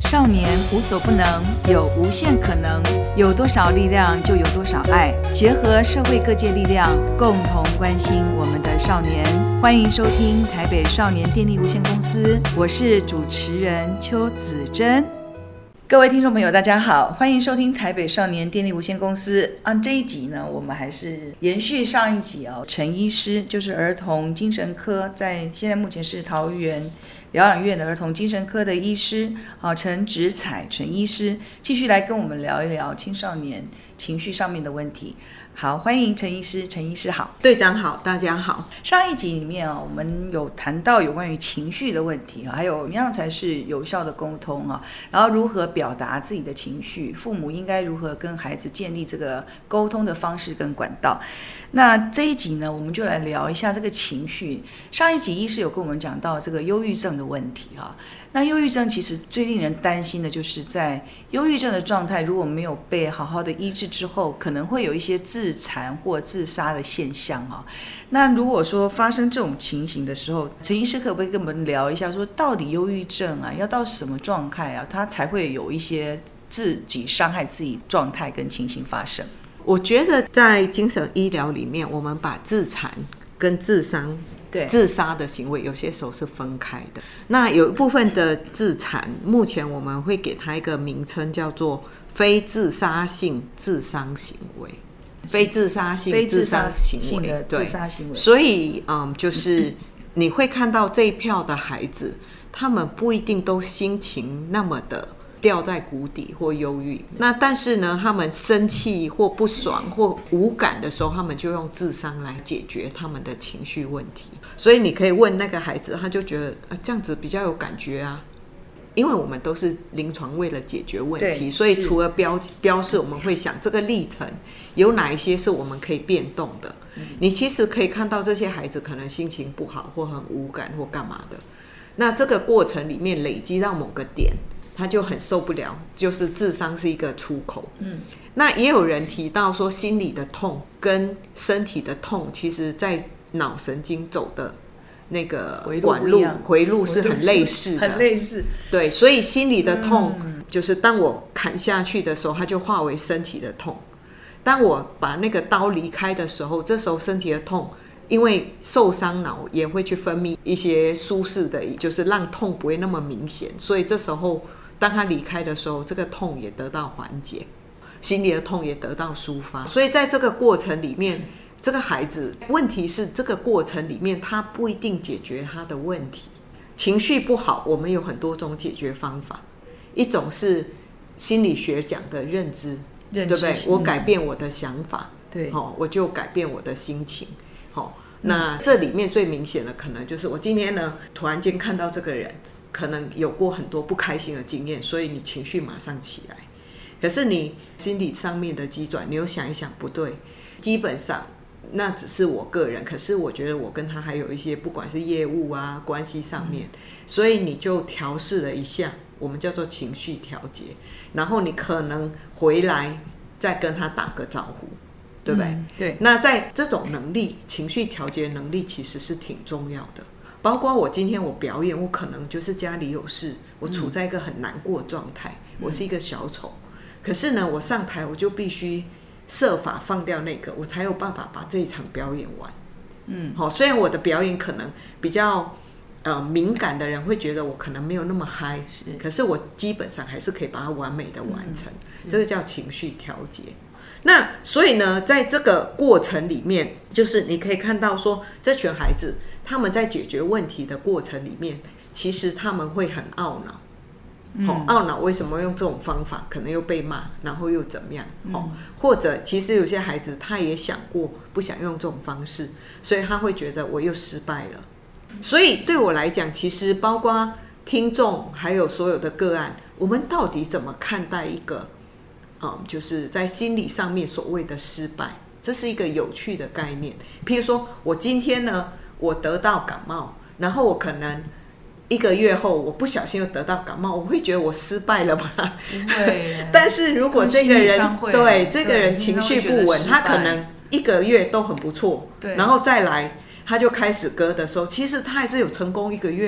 少年无所不能，有无限可能，有多少力量就有多少爱。结合社会各界力量，共同关心我们的少年。欢迎收听台北少年电力无限公司，我是主持人邱子珍。各位听众朋友大家好，欢迎收听台北少年电力无限公司。这一集呢，我们还是延续上一集陈医师，就是儿童精神科，现在目前是桃园疗养院的儿童精神科的医师陈植彩陈医师，继续来跟我们聊一聊青少年情绪上面的问题。好，欢迎陈医师。陈医师好。 队长好，大家好。 上一集里面我们有谈到有关于情绪的问题，还有怎么样才是有效的沟通，然后如何表达自己的情绪，父母应该如何跟孩子建立这个沟通的方式跟管道。那这一集呢，我们就来聊一下这个情绪。上一集医师有跟我们讲到这个忧郁症的问题那忧郁症其实最令人担心的就是在忧郁症的状态如果没有被好好的医治之后，可能会有一些自残或自杀的现象那如果说发生这种情形的时候，陈医师可不可以跟我们聊一下，说到底忧郁症要到什么状态他才会有一些自己伤害自己状态跟情形发生？ 我觉得在精神医疗里面，我们把自残跟自杀的行为有些时候是分开的。那有一部分的自残，目前我们会给它一个名称，叫做非自杀性自伤行为。非自杀性自杀行为， 的自杀行为。 所以就是你会看到这一票的孩子，他们不一定都心情那么的掉在谷底或忧郁，那但是呢，他们生气或不爽或无感的时候，他们就用自伤来解决他们的情绪问题。所以你可以问那个孩子，他就觉得这样子比较有感觉啊，因为我们都是临床为了解决问题，所以除了标示，我们会想这个历程有哪一些是我们可以变动的。你其实可以看到这些孩子可能心情不好或很无感或干嘛的，那这个过程里面累积到某个点，他就很受不了，就是自伤是一个出口。那也有人提到说，心理的痛跟身体的痛，其实在脑神经走的那个回路是很类似的， 很类似。 对，所以心理的痛，就是当我砍下去的时候，它就化为身体的痛。当我把那个刀离开的时候，这时候身体的痛，因为受伤脑也会去分泌一些舒适的，就是让痛不会那么明显，所以这时候当他离开的时候，这个痛也得到缓解，心里的痛也得到抒发。所以在这个过程里面，这个孩子问题是这个过程里面他不一定解决他的问题。情绪不好，我们有很多种解决方法，一种是心理学讲的认知，对不对？我改变我的想法，对，我就改变我的心情。那这里面最明显的可能就是我今天呢突然间看到这个人可能有过很多不开心的经验，所以你情绪马上起来。可是你心理上面的机转，你又想一想，不对，基本上那只是我个人，可是我觉得我跟他还有一些不管是业务啊关系上面，所以你就调试了一下，我们叫做情绪调节，然后你可能回来再跟他打个招呼，对不对？对。那在这种能力，情绪调节能力其实是挺重要的。包括我今天我表演，我可能就是家里有事，我处在一个很难过的状态，我是一个小丑，可是呢，我上台我就必须设法放掉那个，我才有办法把这一场表演完。虽然我的表演可能比较敏感的人会觉得我可能没有那么嗨，可是我基本上还是可以把它完美的完成，这个叫情绪调节。那所以呢，在这个过程里面，就是你可以看到说，这群孩子他们在解决问题的过程里面，其实他们会很懊恼。懊恼为什么用这种方法，可能又被骂，然后又怎么样？或者其实有些孩子他也想过不想用这种方式，所以他会觉得我又失败了。所以对我来讲，其实包括听众还有所有的个案，我们到底怎么看待一个就是在心理上面所谓的失败，这是一个有趣的概念。譬如说我今天呢，我得到感冒，然后我可能1个月后我不小心又得到感冒，我会觉得我失败了吧？对。但是如果这个人对这个人情绪不稳，他可能1个月都很不错，然后再来他就开始割的时候，其实他还是有成功1个月啊。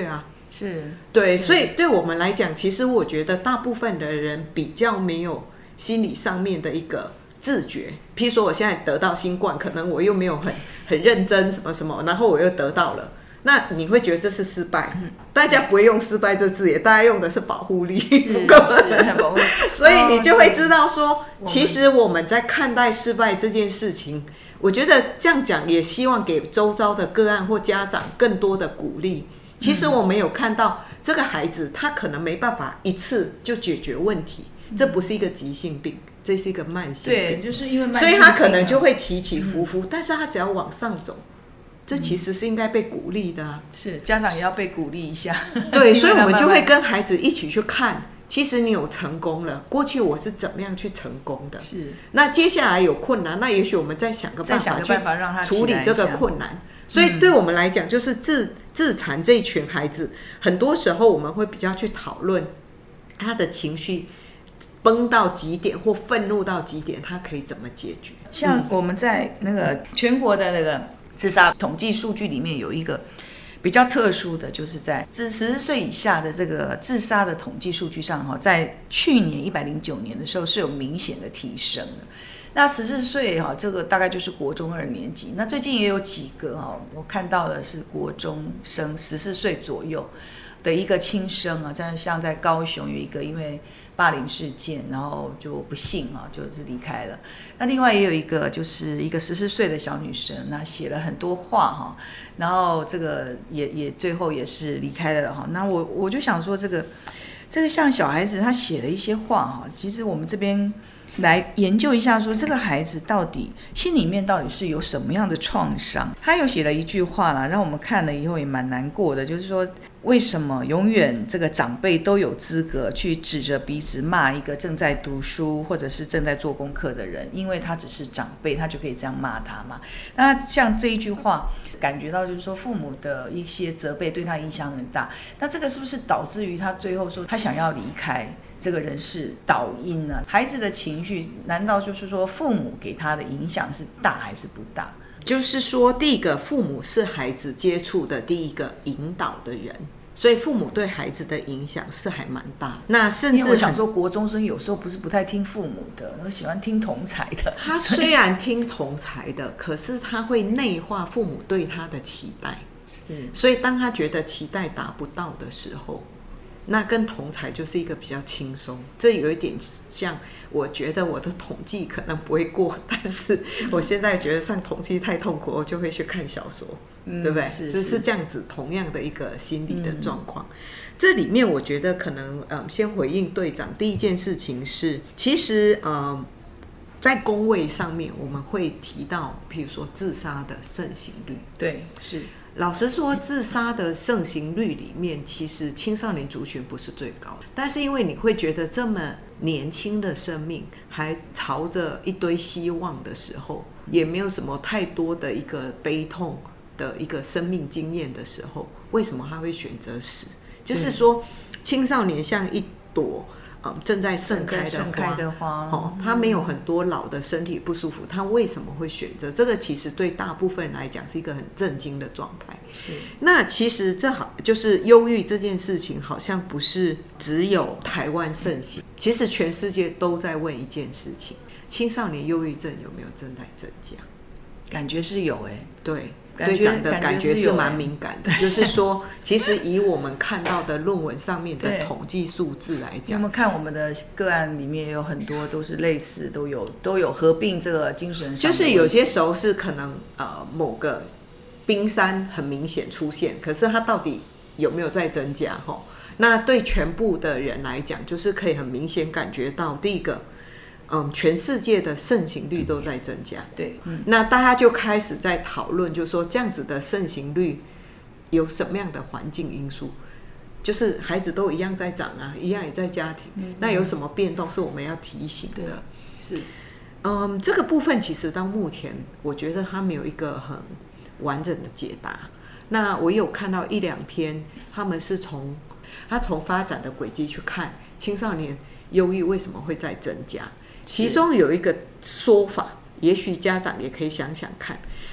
是， 对，所以对我们来讲，其实我觉得大部分的人比较没有心理上面的一个自觉。譬如说，我现在得到新冠，可能我又没有很认真什么什么，然后我又得到了。那你会觉得这是失败，大家不会用失败这字眼，大家用的是保护力， 保护。 所以你就会知道说，其实我们在看待失败这件事情，我觉得这样讲也希望给周遭的个案或家长更多的鼓励。其实我们有看到这个孩子，他可能没办法一次就解决问题，这不是一个急性病，这是一个慢性病， 对，就是因为慢性病， 所以他可能就会起起伏伏，但是他只要往上走。这其实是应该被鼓励的啊， 是家长也要被鼓励一下。 对，所以我们就会跟孩子一起去看，其实你有成功了，过去我是怎么样去成功的？ 是。 那接下来有困难，那也许我们再想个办法去处理这个困难。所以对我们来讲，就是自残这一群孩子，很多时候我们会比较去讨论他的情绪崩到极点或愤怒到极点，他可以怎么解决？ 像我们在那个全国的那个自杀统计数据里面有一个比较特殊的，就是在14岁以下的这个自杀的统计数据上，在去年109年的时候是有明显的提升的。那14岁这个大概就是国中2年级。那最近也有几个我看到的是国中生14岁左右的一个轻生啊，像在高雄有一个因为霸凌事件，然后就不幸就是离开了。那另外也有一个就是一个14岁的小女生，那写了很多话然后这个也最后也是离开了那我就想说，这个像小孩子他写的一些话其实我们这边来研究一下，说这个孩子到底心里面到底是有什么样的创伤。他有写了一句话啦，让我们看了以后也蛮难过的，就是说为什么永远这个长辈都有资格去指着鼻子骂一个正在读书或者是正在做功课的人，因为他只是长辈，他就可以这样骂他嘛。那像这一句话感觉到就是说父母的一些责备对他影响很大，那这个是不是导致于他最后说他想要离开这个人是导因呢？孩子的情绪难道就是说父母给他的影响是大还是不大？ 就是说，第一个，父母是孩子接触的第一个引导的人，所以父母对孩子的影响是还蛮大。那甚至因为我想说，国中生有时候不是不太听父母的，而喜欢听同侪的。 他虽然听同侪的，可是他会内化父母对他的期待。 是， 所以当他觉得期待达不到的时候，那跟同侪就是一个比较轻松。这有一点像，我觉得我的统计可能不会过，但是我现在觉得上统计太痛苦，我就会去看小说，对不对？是这样子，同样的一个心理的状况。这里面我觉得可能先回应队长，第一件事情是，其实在公卫上面我们会提到，譬如说自杀的盛行率， 对，是。 老实说，自杀的盛行率里面，其实青少年族群不是最高的，但是因为你会觉得这么年轻的生命还朝着一堆希望的时候，也没有什么太多的一个悲痛的一个生命经验的时候，为什么他会选择死？就是说，青少年像一朵正在盛开的花，他没有很多老的身体不舒服，他为什么会选择这个？其实对大部分人来讲是一个很震惊的状态。 是， 那其实就是忧郁这件事情，好像不是只有台湾盛行，其实全世界都在问一件事情：青少年忧郁症有没有正在增加？ 感觉是有对。队长的感觉是蛮敏感的，就是说，其实以我们看到的论文上面的统计数字来讲， 我们看我们的个案里面有很多都是类似，都有合并这个精神上的问题， 就是有些时候是可能某个冰山很明显出现，可是它到底有没有在增加？那对全部的人来讲，就是可以很明显感觉到，第一个。全世界的盛行率都在增加， 对， 那大家就开始在讨论，就是说这样子的盛行率有什么样的环境因素？就是孩子都一样在长啊，一样也在家庭，那有什么变动是我们要提醒的？ 是， 这个部分其实到目前，我觉得它没有一个很完整的解答。那我有看到1-2篇，他们是从发展的轨迹去看青少年忧郁为什么会在增加。其中有一个说法，也许家长也可以想想看，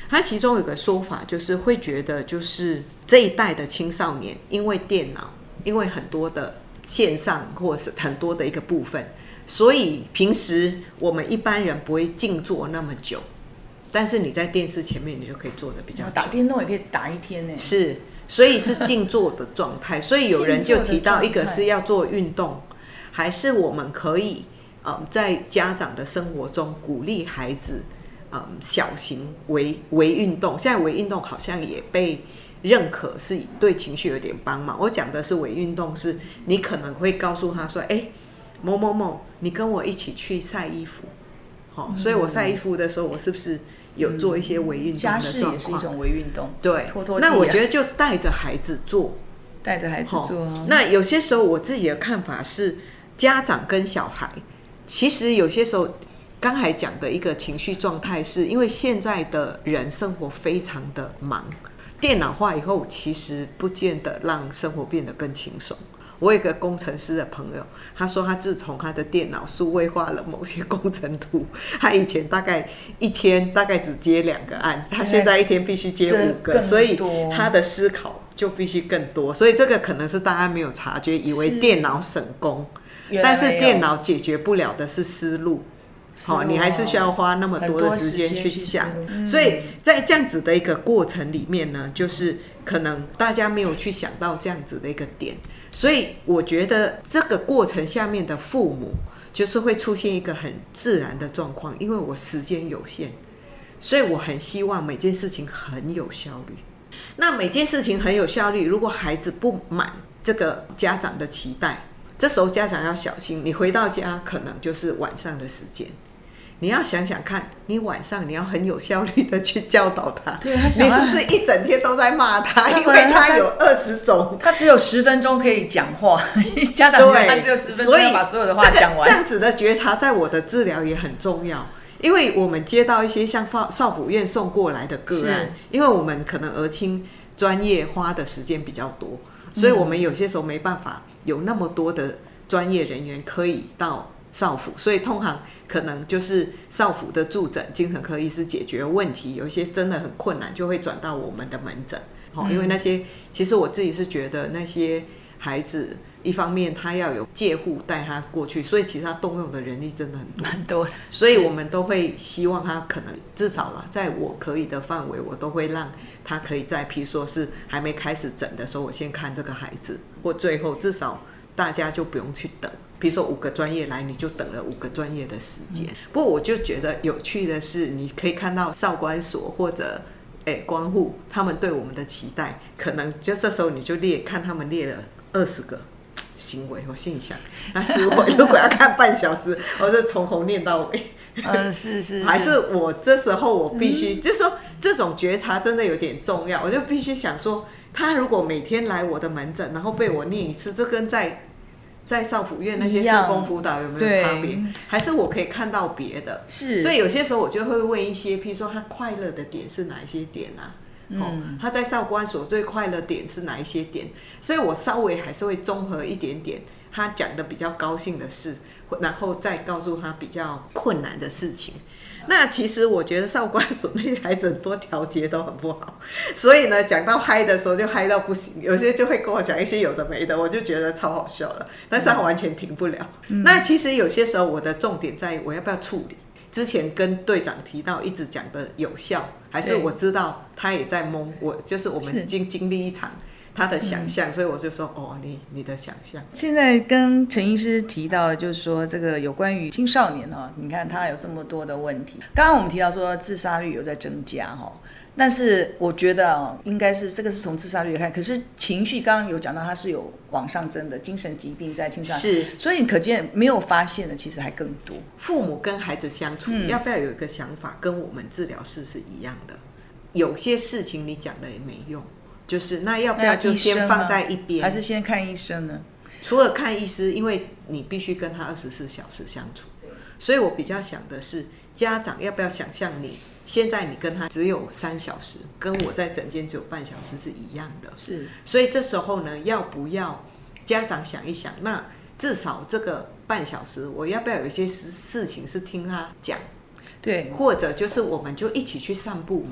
他其中有个说法就是会觉得，就是这一代的青少年因为电脑，因为很多的线上或是很多的一个部分，所以平时我们一般人不会静坐那么久，但是你在电视前面你就可以坐得比较久， 打电动也可以打一天呢。 是，所以是静坐的状态。所以有人就提到，一个是要做运动，还是我们可以在家长的生活中鼓励孩子小型微运动。现在微运动好像也被认可是对情绪有点帮忙。我讲的是微运动，是你可能会告诉他说，某某某，你跟我一起去晒衣服。所以我晒衣服的时候，我是不是有做一些微运动的状况？ 家事也是一种微运动。 对， 拖地啊。 那我觉得就带着孩子做， 带着孩子做。 那有些时候我自己的看法是，家长跟小孩，其实有些时候刚才讲的一个情绪状态，是因为现在的人生活非常的忙，电脑化以后，其实不见得让生活变得更轻松。我有一个工程师的朋友，他说他自从他的电脑数位化了某些工程图，他以前大概一天大概只接2个案，他现在一天必须接5个，所以他的思考就必须更多。所以这个可能是大家没有察觉，以为电脑省工，但是电脑解决不了的是思路。你还是需要花那么多的时间去想。所以在这样子的一个过程里面呢，就是可能大家没有去想到这样子的一个点。所以我觉得这个过程下面的父母就是会出现一个很自然的状况，因为我时间有限，所以我很希望每件事情很有效率。那每件事情很有效率，如果孩子不满这个家长的期待，这时候家长要小心，你回到家可能就是晚上的时间，你要想想看，你晚上你要很有效率的去教导他， 对， 你是不是一整天都在骂他？因为他有20种， 他只有10分钟可以讲话，家长他只有10分钟要把所有的话讲完。 这样子的觉察在我的治疗也很重要，因为我们接到一些像少辅院送过来的个案，因为我们可能儿青专业花的时间比较多，所以我们有些时候没办法有那么多的专业人员可以到少辅，所以通常可能就是少辅的助诊精神科医师解决问题，有一些真的很困难就会转到我们的门诊。因为那些其实我自己是觉得那些孩子一方面他要有介护带他过去，所以其实他动用的人力真的很多蛮多的， 所以我们都会希望他可能至少啦，在我可以的范围，我都会让他可以在譬如说是还没开始诊的时候，我先看这个孩子，或最后至少大家就不用去等，比如说5个专业来，你就等了5个专业的时间。不过我就觉得有趣的是，你可以看到少管所或者关护他们对我们的期待，可能就这时候你就看他们列了20个行为，我心里想，那是我如果要看半小时，我就从头念到尾。 是， 还是我这时候我必须，就是说这种觉察真的有点重要，我就必须想说，他如果每天来我的门诊，然后被我念一次，这跟在少辅院那些社工辅导有没有差别？还是我可以看到别的？ 是， 所以有些时候我就会问一些，譬如说他快乐的点是哪一些点啊？他在少管所最快乐点是哪一些点？所以我稍微还是会综合一点点他讲的比较高兴的事，然后再告诉他比较困难的事情。那其实我觉得少管所那些孩子很多调节都很不好，所以呢讲到嗨的时候就嗨到不行，有些就会跟我讲一些有的没的，我就觉得超好笑的，但是他完全停不了。那其实有些时候我的重点在于我要不要处理，之前跟队长提到一直讲的有效，还是我知道他也在懵，我就是我们经历一场他的想象，所以我就说你的想象。 现在跟陈医师提到的就是说，这个有关于青少年你看他有这么多的问题。刚刚我们提到说自杀率有在增加但是我觉得应该是这个是从自杀率来看，可是情绪刚刚有讲到它是有往上增的，精神疾病在青少年是，所以可见没有发现的其实还更多。 父母跟孩子相处，要不要有一个想法，跟我们治疗师是一样的？有些事情你讲了也没用。就是那要不要就先放在一边， 还是先看医生呢？ 除了看医师，因为你必须跟他24小时相处，所以我比较想的是，家长要不要想象你现在你跟他只有3小时，跟我在诊间只有半小时是一样的。 是， 所以这时候呢，要不要家长想一想，那至少这个半小时，我要不要有一些事情是听他讲？ 对， 或者就是我们就一起去散步嘛。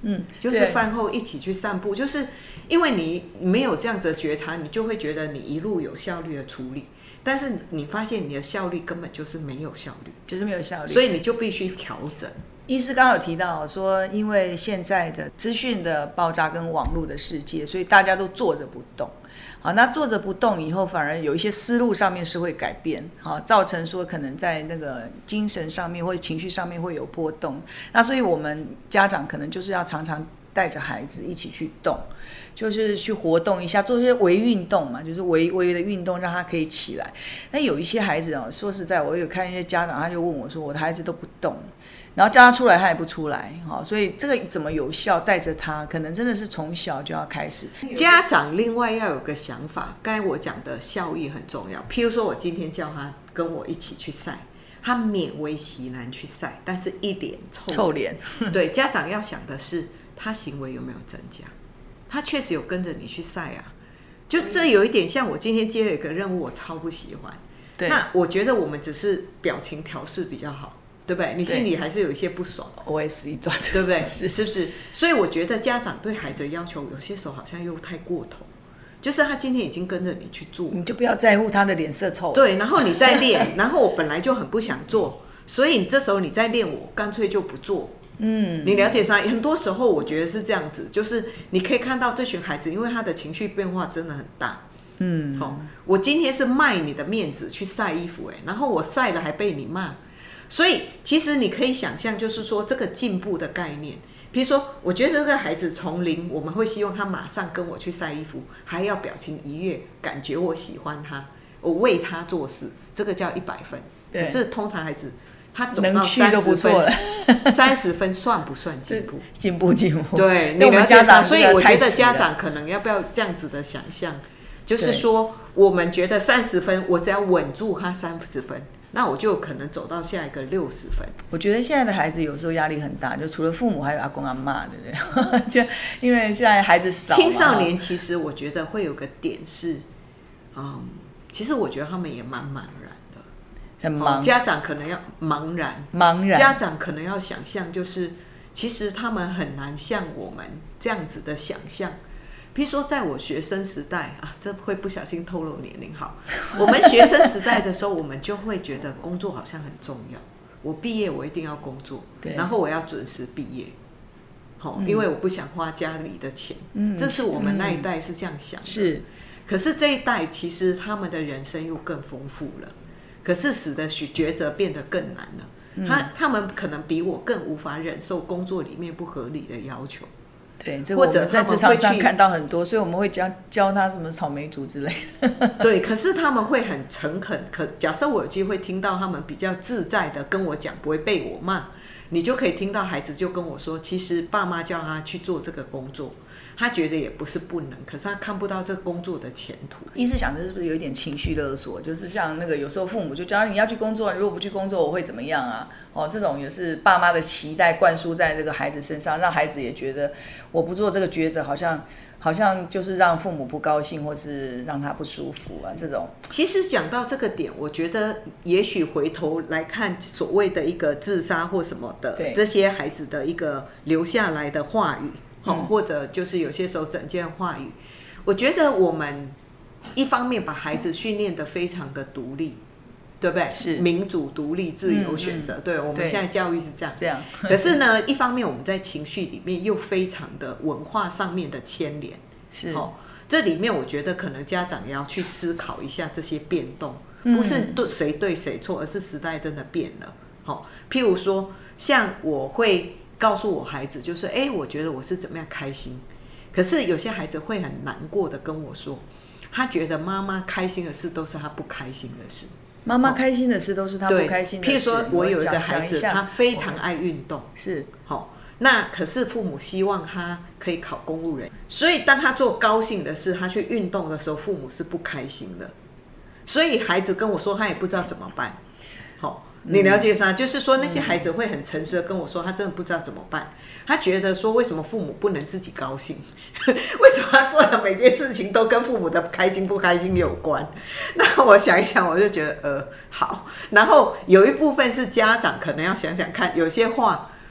就是饭后一起去散步，就是因为你没有这样子的觉察，你就会觉得你一路有效率的处理，但是你发现你的效率根本就是没有效率， 就是没有效率， 所以你就必须调整。 医师刚刚有提到说，因为现在的资讯的爆炸跟网络的世界，所以大家都坐着不动。好，那坐着不动以后，反而有一些思路上面是会改变，好，造成说可能在那个精神上面或者情绪上面会有波动。那所以我们家长可能就是要常常带着孩子一起去动，就是去活动一下，做一些微运动嘛，就是微的运动，让他可以起来。那有一些孩子哦，说实在，我有看一些家长，他就问我说，我的孩子都不动。然后叫他出来，他也不出来，所以这个怎么有效带着他，可能真的是从小就要开始。 家长另外要有个想法，刚才我讲的效益很重要。譬如说我今天叫他跟我一起去晒，他勉为其难去晒，但是一脸臭脸。对，家长要想的是他行为有没有增加，他确实有跟着你去晒啊。就这有一点像我今天接了一个任务，我超不喜欢。对，那我觉得我们只是表情调试比较好。对不对？你心里还是有一些不爽 ，OS 一段， 对不对？是不是？所以我觉得家长对孩子的要求有些时候好像又太过头，就是他今天已经跟着你去做， 你就不要在乎他的脸色臭。 对，然后你再练，然后我本来就很不想做，所以你这时候你再练，我干脆就不做。你了解啥？很多时候我觉得是这样子，就是你可以看到这群孩子，因为他的情绪变化真的很大。我今天是卖你的面子去晒衣服，然后我晒了还被你骂。所以其实你可以想象，就是说这个进步的概念，比如说我觉得这个孩子从零，我们会希望他马上跟我去晒衣服，还要表情愉悦，感觉我喜欢他，我为他做事，这个叫100分。可是通常孩子他走到30分，30分算不算进步？ 进步。 对，你了解吗？所以我觉得家长可能要不要这样子的想象，就是说我们觉得30分，我只要稳住他30分。那我就可能走到下一个60分。 我觉得现在的孩子有时候压力很大，就除了父母还有阿公阿嬷，对不对？就因为现在孩子少。 青少年其实我觉得会有个点是，其实我觉得他们也蛮茫然的， 很忙。 家长可能要茫然，家长可能要想象，就是其实他们很难像我们这样子的想象。比如说在我学生时代啊，这会不小心透露年龄。好，我们学生时代的时候，我们就会觉得工作好像很重要。我毕业我一定要工作，然后我要准时毕业，因为我不想花家里的钱。这是我们那一代是这样想的。是，可是这一代其实他们的人生又更丰富了，可是使得抉择变得更难了。他们可能比我更无法忍受工作里面不合理的要求。 对，这个我们在职场上看到很多，所以我们会教他什么草莓族之类的。 对，可是他们会很诚恳。假设我有机会听到他们比较自在的跟我讲，不会被我骂，你就可以听到孩子就跟我说，其实爸妈叫他去做这个工作，他觉得也不是不能，可是他看不到这个工作的前途。 意思想的是不是有一点情绪勒索？就是像那个有时候父母就教你要去工作，如果不去工作我会怎么样啊？这种也是爸妈的期待灌输在这个孩子身上，让孩子也觉得我不做这个抉择，好像就是让父母不高兴，或是让他不舒服啊。这种其实讲到这个点，我觉得也许回头来看所谓的一个自杀或什么的这些孩子的一个留下来的话语。或者就是有些时候整件话语，我觉得我们一方面把孩子训练得非常的独立，对不对？是民主、独立、自由选择。对，我们现在教育是这样。可是呢，一方面我们在情绪里面又非常的文化上面的牵连。是，这里面我觉得可能家长也要去思考一下这些变动，不是谁对谁错，而是时代真的变了。譬如说，像我会告诉我孩子，就是我觉得我是怎么样开心，可是有些孩子会很难过的跟我说，他觉得妈妈开心的事都是他不开心的事， 妈妈开心的事都是他不开心的事。 譬如说我有一个孩子，他非常爱运动，是那可是父母希望他可以考公务员，所以当他做高兴的事，他去运动的时候，父母是不开心的，所以孩子跟我说他也不知道怎么办。你了解啥？就是说那些孩子会很诚实的跟我说，他真的不知道怎么办。他觉得说，为什么父母不能自己高兴？为什么他做的每件事情都跟父母的开心不开心有关？那我想一想，我就觉得好。然后有一部分是家长可能要想想看，有些话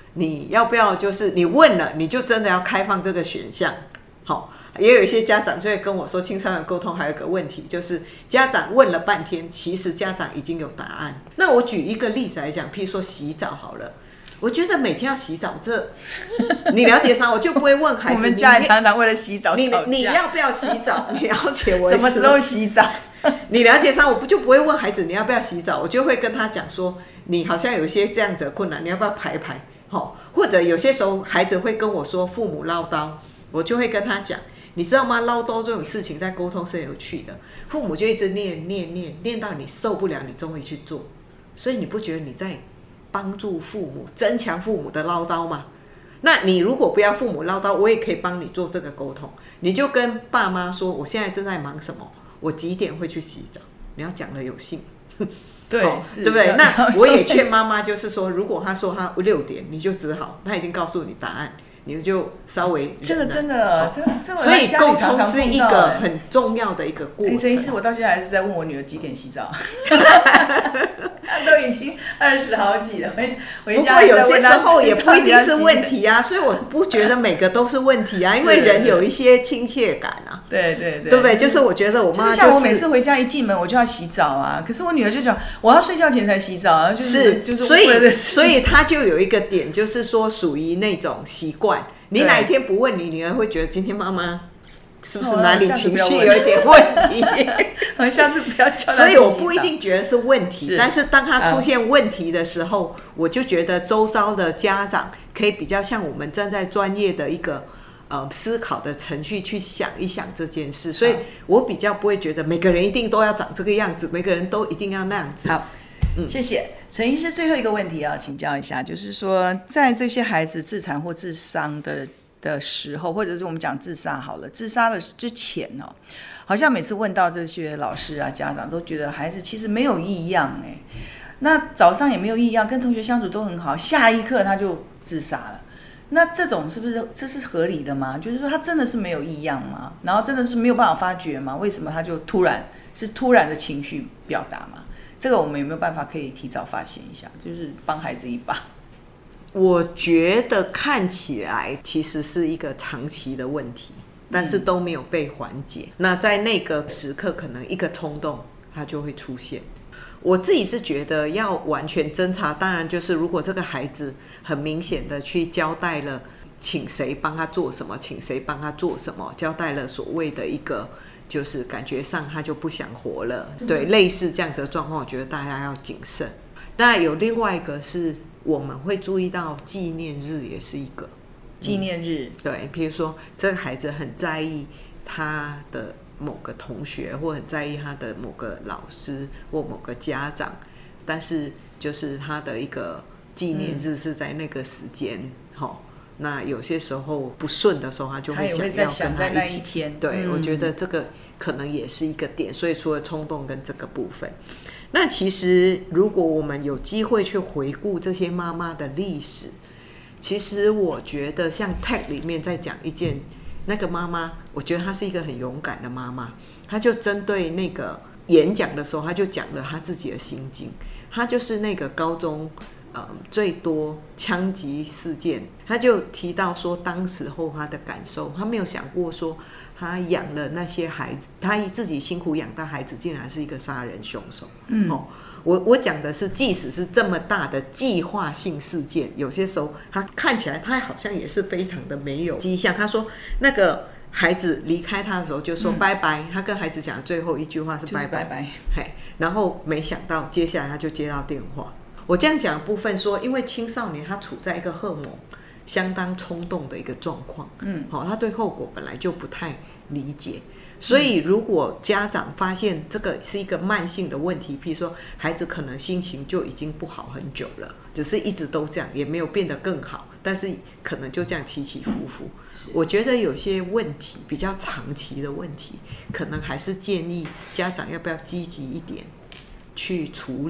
你要不要就是你问了，你就真的要开放这个选项。好，也有一些家长就会跟我说，青少年沟通还有一个问题，就是家长问了半天，其实家长已经有答案。那我举一个例子来讲，譬如说洗澡好了。我觉得每天要洗澡，这你了解啥？我就不会问孩子。 我们家也常常为了洗澡吵架。 你要不要洗澡？你了解我什么时候洗澡？ 你了解啥？我就不会问孩子你要不要洗澡，我就会跟他讲说，你好像有一些这样子的困难，你要不要排排？或者有些时候孩子会跟我说父母唠叨，我就会跟他讲，你知道吗？唠叨这种事情在沟通是很有趣的，父母就一直念到你受不了，你终于去做，所以你不觉得你在帮助父母增强父母的唠叨吗？那你如果不要父母唠叨，我也可以帮你做这个沟通。你就跟爸妈说，我现在正在忙什么，我几点会去洗澡。你要讲的有信， 对， 对不对？那我也劝妈妈，就是说，如果他说他6点，你就只好他已经告诉你答案，你就稍微这个真的， 所以沟通是一个很重要的一个过程。 陈医师，我到现在还是在问我女儿几点洗澡。她都已经20好几了， 不过有些时候也不一定是问题啊，所以我不觉得每个都是问题啊，因为人有一些亲切感啊， 对不对？就是我觉得我妈像我每次回家一进门我就要洗澡啊，可是我女儿就讲我要睡觉前才洗澡啊，就是所以她就有一个点，就是说属于那种习惯，你哪一天不问你女儿会觉得今天妈妈是不是哪里情绪有一点问题？ 下次不要叫他。 所以我不一定觉得是问题，但是当他出现问题的时候，我就觉得周遭的家长可以比较像我们站在专业的一个思考的程序去想一想这件事，所以我比较不会觉得每个人一定都要长这个样子，每个人都一定要那样子。 好，谢谢陈医师。最后一个问题要请教一下，就是说在这些孩子自残或自伤的时候，或者是我们讲自杀好了，自杀的之前哦，好像每次问到这些老师啊、家长都觉得孩子其实没有异样那早上也没有异样，跟同学相处都很好，下一刻他就自杀了。那这种是不是这是合理的吗？就是说他真的是没有异样吗？然后真的是没有办法发觉吗？为什么他就突然的情绪表达吗？这个我们有没有办法可以提早发现一下，就是帮孩子一把？ 我觉得看起来其实是一个长期的问题，但是都没有被缓解。那在那个时刻，可能一个冲动，它就会出现。我自己是觉得要完全侦查，当然就是如果这个孩子很明显的去交代了，请谁帮他做什么，请谁帮他做什么，交代了所谓的一个就是感觉上他就不想活了，对，类似这样子的状况，我觉得大家要谨慎。那有另外一个是我们会注意到纪念日也是一个纪念日， 对，比如说这个孩子很在意他的某个同学，或很在意他的某个老师或某个家长，但是就是他的一个纪念日是在那个时间，那有些时候不顺的时候，他就会想要跟他一起。对，我觉得这个可能也是一个点。所以除了冲动跟这个部分，那其实如果我们有机会去回顾这些妈妈的历史，其实我觉得像 TED 里面在讲一件那个妈妈，我觉得她是一个很勇敢的妈妈，她就针对那个演讲的时候，她就讲了她自己的心境。她就是那个高中最多枪击事件，他就提到说当时候他的感受，他没有想过说他养了那些孩子，他自己辛苦养大孩子竟然是一个杀人凶手。我讲的是即使是这么大的计划性事件，有些时候他看起来他好像也是非常的没有迹象。他说那个孩子离开他的时候就说拜拜，他跟孩子讲的最后一句话是拜拜，然后没想到接下来他就接到电话。我这样讲的部分说，因为青少年他处在一个荷尔蒙相当冲动的一个状况，他对后果本来就不太理解，所以如果家长发现这个是一个慢性的问题，譬如说孩子可能心情就已经不好很久了，只是一直都这样，也没有变得更好，但是可能就这样起起伏伏。我觉得有些问题比较长期的问题，可能还是建议家长要不要积极一点去处理。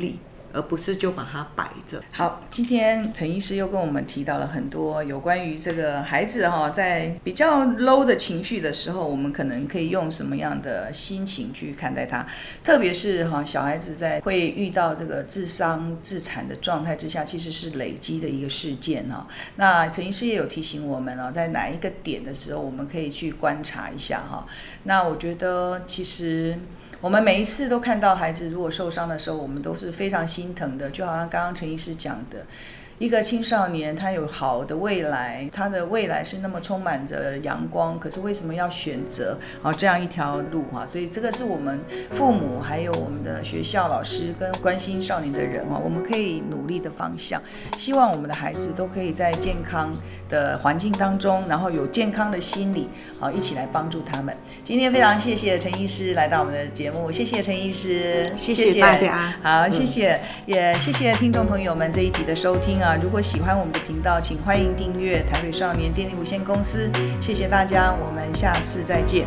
而不是就把它摆着。 好，今天陈医师又跟我们提到了很多有关于这个孩子在比较 low 的情绪的时候，我们可能可以用什么样的心情去看待它，特别是小孩子在会遇到这个自伤自残的状态之下，其实是累积的一个事件。那陈医师也有提醒我们在哪一个点的时候我们可以去观察一下。那我觉得其实我们每一次都看到孩子如果受伤的时候，我们都是非常心疼的，就好像刚刚陈医师讲的，一个青少年他有好的未来，他的未来是那么充满着阳光，可是为什么要选择这样一条路？所以这个是我们父母还有我们的学校老师跟关心少年的人我们可以努力的方向。希望我们的孩子都可以在健康的环境当中，然后有健康的心理一起来帮助他们。今天非常谢谢陈医师来到我们的节目，谢谢陈医师， 谢谢大家。 好，谢谢，也谢谢听众朋友们这一集的收听如果喜欢我们的频道，请欢迎订阅台北少年电力有限公司。谢谢大家，我们下次再见。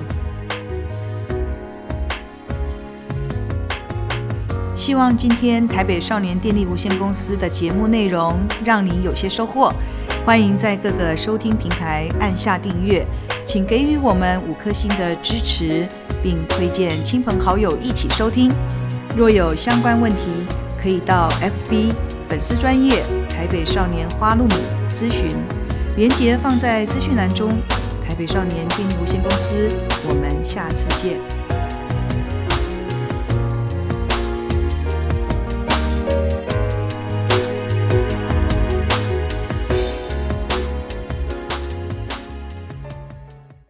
希望今天台北少年电力无限公司的节目内容让您有些收获，欢迎在各个收听平台按下订阅，请给予我们5颗星的支持，并推荐亲朋好友一起收听。若有相关问题，可以到 FB 粉丝专页台北少年花露米咨询，连结放在资讯栏中。台北少年电力无限公司，我们下次见。